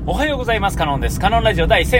おはようございます。カノンです。カノンラジオ第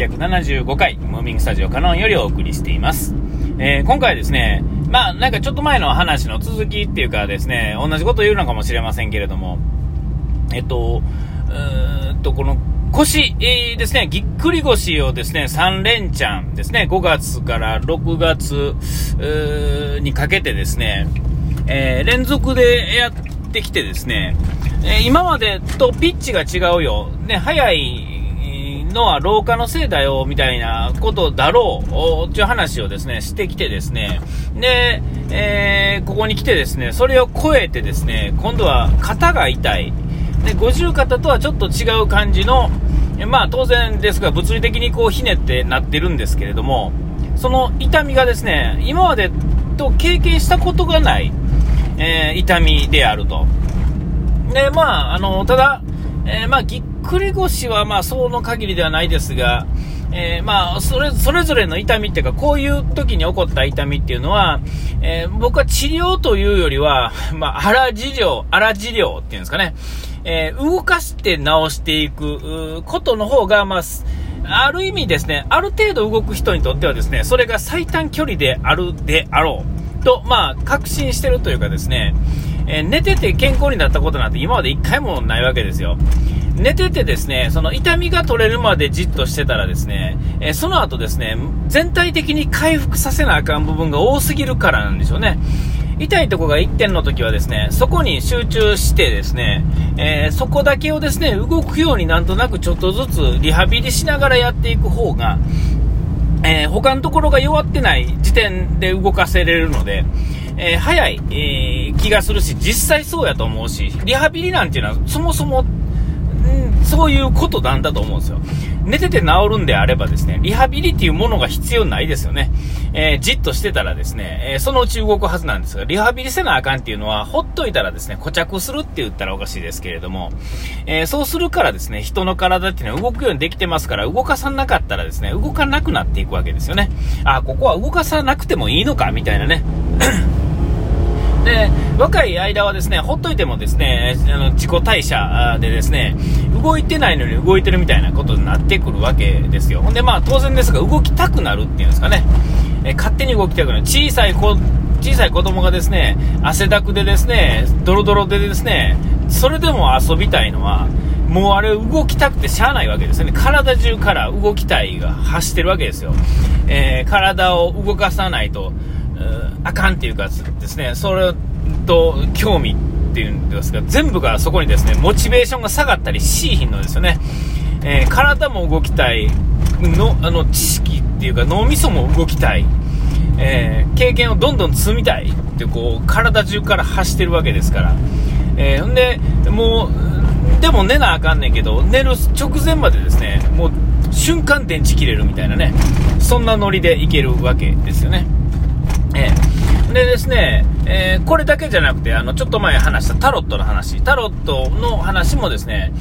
1375回ムービングスタジオカノンよりお送りしています。今回はですね、なんかちょっと前の話の続きっていうかですね、同じこと言うのかもしれませんけれども、この腰、ですね、ぎっくり腰をですね、3連チャンですね、5月から6月にかけてですね、連続でやってきてですね、今までとピッチが違うよ、ね、速いのは老化のせいだよみたいなことだろうという話をですねしてきてですね、で、ここに来てですね、それを超えてですね、今度は肩が痛いで、五十肩とはちょっと違う感じの、当然ですが物理的にこうひねってなってるんですけれども、その痛みがですね、今までと経験したことがない、痛みであると。で、ただ、ぎっくり腰はその限りではないですが、それぞれの痛みっていうか、こういう時に起こった痛みっていうのは、僕は治療というよりは、荒治療っていうんですかね、動かして治していくことの方が、ある意味ですね、ある程度動く人にとってはですね、それが最短距離であるであろうと、確信してるというかですね、寝てて健康になったことなんて今まで一回もないわけですよ。寝ててですね、その痛みが取れるまでじっとしてたらですね、その後ですね、全体的に回復させなあかん部分が多すぎるからなんでしょうね。痛いとこが1点の時はですね、そこに集中してですね、そこだけをですね、動くようになんとなくちょっとずつリハビリしながらやっていく方が、他のところが弱ってない時点で動かせれるので、早い、気がするし、実際そうやと思うし、リハビリなんていうのはそもそも、そういうことなんだと思うんですよ。寝てて治るんであればですね、リハビリっていうものが必要ないですよね。じっとしてたらですね、そのうち動くはずなんですが、リハビリせなあかんっていうのは、ほっといたらですね、固着するって言ったらおかしいですけれども、そうするからですね、人の体っていうのは動くようにできてますから、動かさなかったらですね、動かなくなっていくわけですよね。ここは動かさなくてもいいのかみたいなね。で、若い間はですね、ほっといてもですね、自己代謝でですね、動いてないのに動いてるみたいなことになってくるわけですよ。ほんで当然ですが、動きたくなるっていうんですかね、勝手に動きたくなる。小さい子供がですね、汗だくでですね、ドロドロでですね、それでも遊びたいのは、もうあれ動きたくてしゃあないわけですよね。体中から動きたいが走ってるわけですよ。体を動かさないとあかんっていうかですね、それと興味っていうんですが、全部がそこにですね、モチベーションが下がったりしひんのですよね。体も動きたいの、知識っていうか脳みそも動きたい、経験をどんどん積みたいってこう体中から走ってるわけですから、ほんでもうでも寝なあかんねんけど、寝る直前までですね、もう瞬間電池切れるみたいなね、そんなノリでいけるわけですよね。でですね、これだけじゃなくて、ちょっと前話したタロットの話もですね、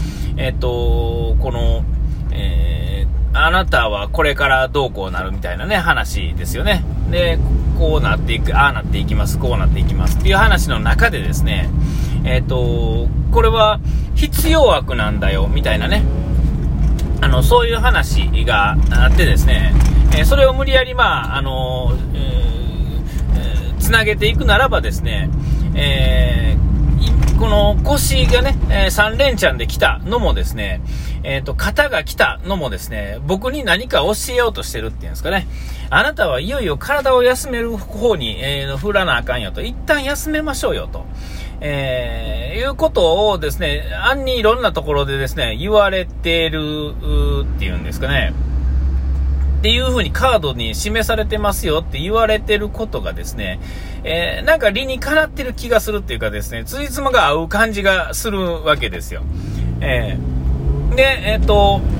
あなたはこれからどうこうなるみたいなね、話ですよね。で、こうなっていく、ああなっていきます、こうなっていきますっていう話の中でですね、これは必要悪なんだよみたいなね、そういう話があってですね、それを無理やりつなげていくならばですね、この腰がね、3連チャンで来たのもですね、肩が来たのもですね、僕に何か教えようとしてるっていうんですかね。あなたはいよいよ体を休める方に、振らなあかんよと、一旦休めましょうよと、いうことをですね、暗にいろんなところでですね、言われてるっていうんですかね。っていう風にカードに示されてますよって言われてることがですね、なんか理にかなってる気がするっていうかですね、ついつまが合う感じがするわけですよ。で、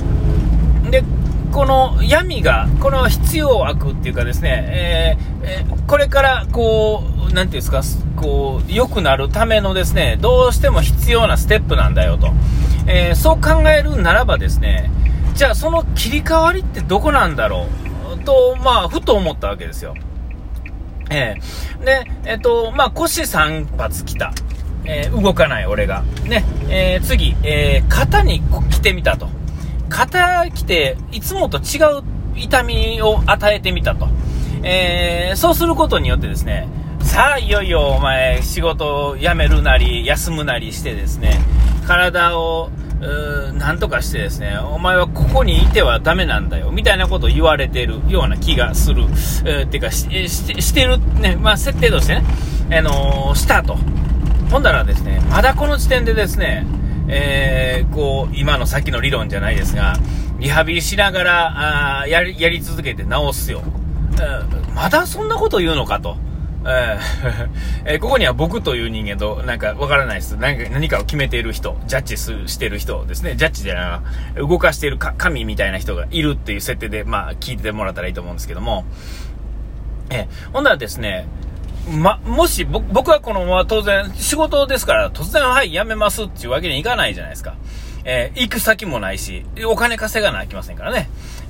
この闇が、この必要悪っていうかですね、これからこう、なんていうんですか、こう、良くなるためのですね、どうしても必要なステップなんだよと。そう考えるならばですね、じゃあその切り替わりってどこなんだろうと、ふと思ったわけですよ。で、腰3発来た。動かない俺が。ね、次、肩に来てみたと。 肩来ていつもと違う痛みを与えてみたと、そうすることによってですね、さあいよいよお前仕事を辞めるなり休むなりしてですね、体をなんとかしてですね、お前はここにいてはダメなんだよみたいなことを言われているような気がする、っていうかしてるね、設定としてね、したと。ほんだらですね、まだこの時点でですね、今のさっきの理論じゃないですが、リハビリしながらやり続けて治すよ、まだそんなこと言うのかと、ここには僕という人間となんかわからないです。何かを決めている人、ジャッジしている人ですね。ジャッジじゃないな、動かしている神みたいな人がいるっていう設定で、聞いてもらったらいいと思うんですけども、ほんならですね、もし僕はこのまま当然仕事ですから突然はい辞めますっていうわけにいかないじゃないですか。行く先もないしお金稼がなきゃいけませんからね。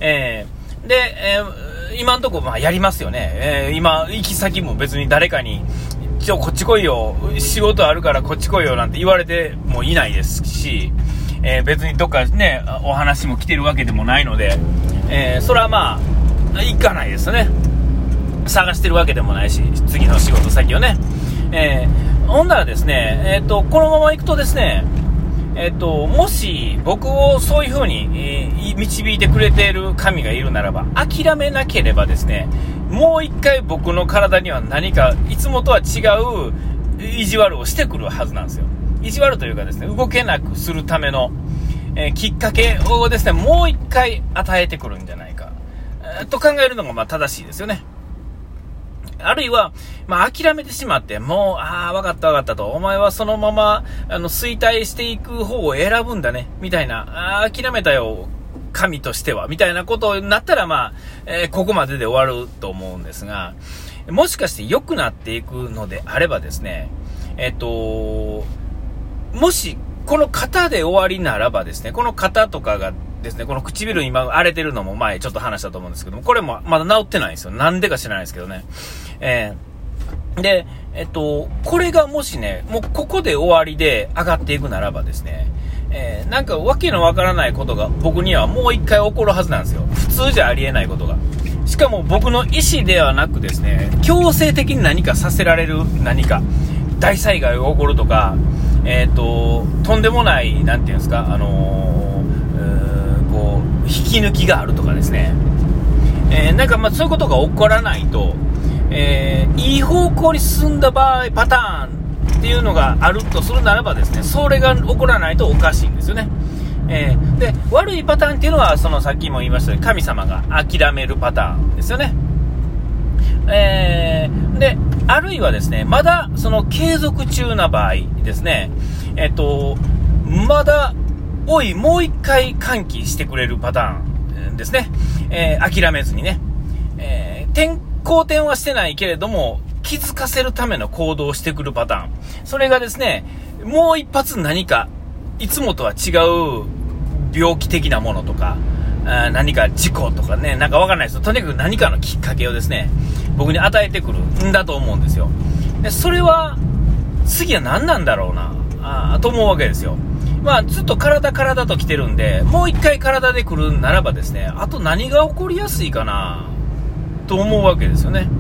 今のところやりますよね。今行き先も別に誰かにこっち来いよ、仕事あるからこっち来いよなんて言われてもいないですし、別にどっかねお話も来てるわけでもないので、それは行かないですね。探してるわけでもないし、次の仕事先をね。ほんならですね、このまま行くとですね、もし僕をそういう風に、導いてくれている神がいるならば、諦めなければですね、もう一回僕の体には何かいつもとは違う意地悪をしてくるはずなんですよ。意地悪というかですね、動けなくするための、きっかけをですね、もう一回与えてくるんじゃないか、と考えるのが正しいですよね。あるいは、諦めてしまって、もう、わかったと、お前はそのまま、衰退していく方を選ぶんだね、みたいな、諦めたよ、神としては、みたいなことになったら、ここまでで終わると思うんですが、もしかして良くなっていくのであればですね、もし、この肩で終わりならばですね、この肩とかが、ですね、この唇今荒れてるのも前ちょっと話したと思うんですけども、これもまだ治ってないんですよ。なんでか知らないですけどね。で、これがもしね、もうここで終わりで上がっていくならばですね、なんかわけのわからないことが僕にはもう一回起こるはずなんですよ。普通じゃありえないことが。しかも僕の意思ではなくですね、強制的に何かさせられる何か、大災害が起こるとか、とんでもない、なんていうんですか、引き抜きがあるとかですね、なんかそういうことが起こらないと、いい方向に進んだ場合パターンっていうのがあるとするならばですね、それが起こらないとおかしいんですよね。で悪いパターンっていうのはさっきも言いましたように神様が諦めるパターンですよね。であるいはですね、まだ継続中な場合ですね、まだもう一回喚起してくれるパターンですね。諦めずにね、好転はしてないけれども気づかせるための行動をしてくるパターン、それがですね、もう一発何かいつもとは違う病気的なものとか、何か事故とかね、なんかわかんないです。とにかく何かのきっかけをですね、僕に与えてくるんだと思うんですよ。でそれは次は何なんだろうなと思うわけですよ。ずっと体と来てるんで、もう一回体で来るならばですね、あと何が起こりやすいかなと思うわけですよね。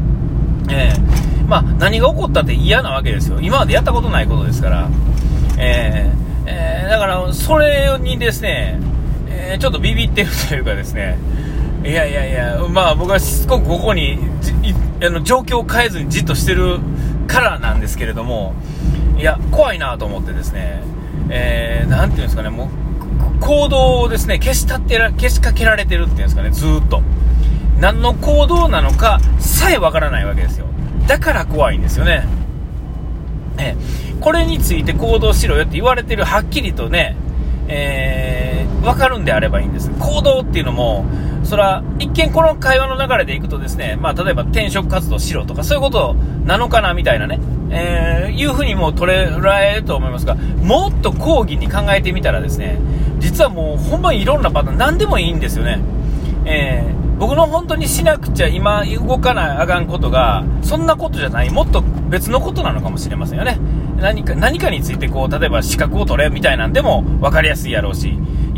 何が起こったって嫌なわけですよ。今までやったことないことですから。だからそれにですね、ちょっとビビってるというかですね、いや僕はしつこくここに状況を変えずにじっとしてるからなんですけれども、いや怖いなと思ってですね、なんていうんですかね、もう行動をですねけしかけられてるっていうんですかね、ずーっと何の行動なのかさえわからないわけですよ。だから怖いんですよね。これについて行動しろよって言われてる、はっきりとね、わかるんであればいいんです。行動っていうのもそれは一見この会話の流れでいくとですね、例えば転職活動しろとかそういうことなのかなみたいなね、いうふうにも捉えると思いますが、もっと講義に考えてみたらですね、実はもうほんまにいろんなパターン何でもいいんですよね。僕の本当にしなくちゃ今動かないあかんことがそんなことじゃない、もっと別のことなのかもしれませんよね。何かについて例えば資格を取れみたいなんでも分かりやすいやろうし、い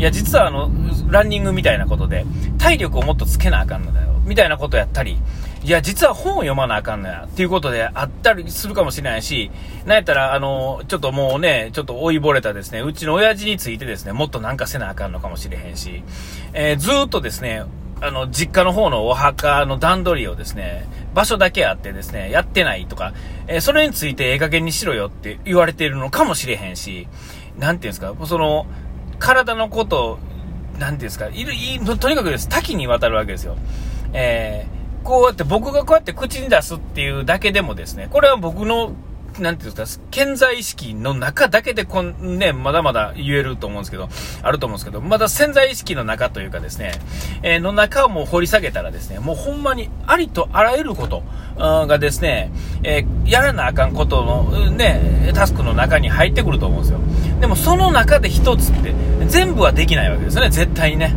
いや実はランニングみたいなことで体力をもっとつけなあかんのだよみたいなことやったり、いや実は本を読まなあかんのやっていうことであったりするかもしれないし、なんやったらちょっともうねちょっと追いぼれたですねうちの親父についてですねもっとなんかせなあかんのかもしれへんし、ずーっとですね実家の方のお墓の段取りをですね場所だけあってですねやってないとか、それについてええ加減にしろよって言われているのかもしれへんし、なんていうんですか、その体のことなんていうんですか、とにかくです多岐にわたるわけですよ。こうやって僕がこうやって口に出すっていうだけでもですね、これは僕のなんていうんですか、潜在意識の中だけでまだまだ言えると思うんですけど、あると思うんですけど、まだ潜在意識の中というかですね、の中をもう掘り下げたらですね、もうほんまにありとあらゆることがですね、やらなあかんことのね、タスクの中に入ってくると思うんですよ。でもその中で一つって全部はできないわけですよね、絶対にね。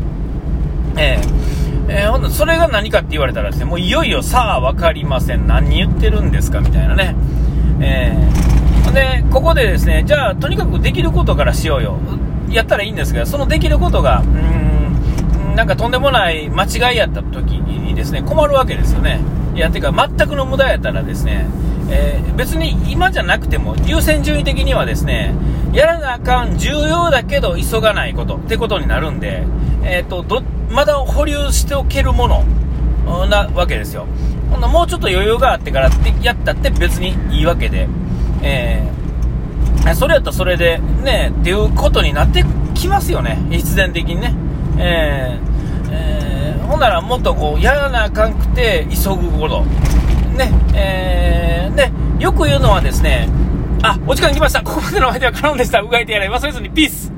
それが何かって言われたらですね、もういよいよさあ分かりません、何言ってるんですかみたいなね。でここでですね、じゃあとにかくできることからしようよやったらいいんですが、そのできることがなんかとんでもない間違いやった時にですね困るわけですよね。いやてか全くの無駄やったらですね、別に今じゃなくても優先順位的にはですねやらなあかん重要だけど急がないことってことになるんで、まだ保留しておけるものなわけですよ。もうちょっと余裕があってからってやったって別にいいわけで、それやったらそれでねっていうことになってきますよね、必然的にね。ほんならもっとこうやらなあかんくて急ぐことね、でよく言うのはですね、お時間来ました。ここまでのお相手はカノンでした。うがい手洗い忘れずに。ピース。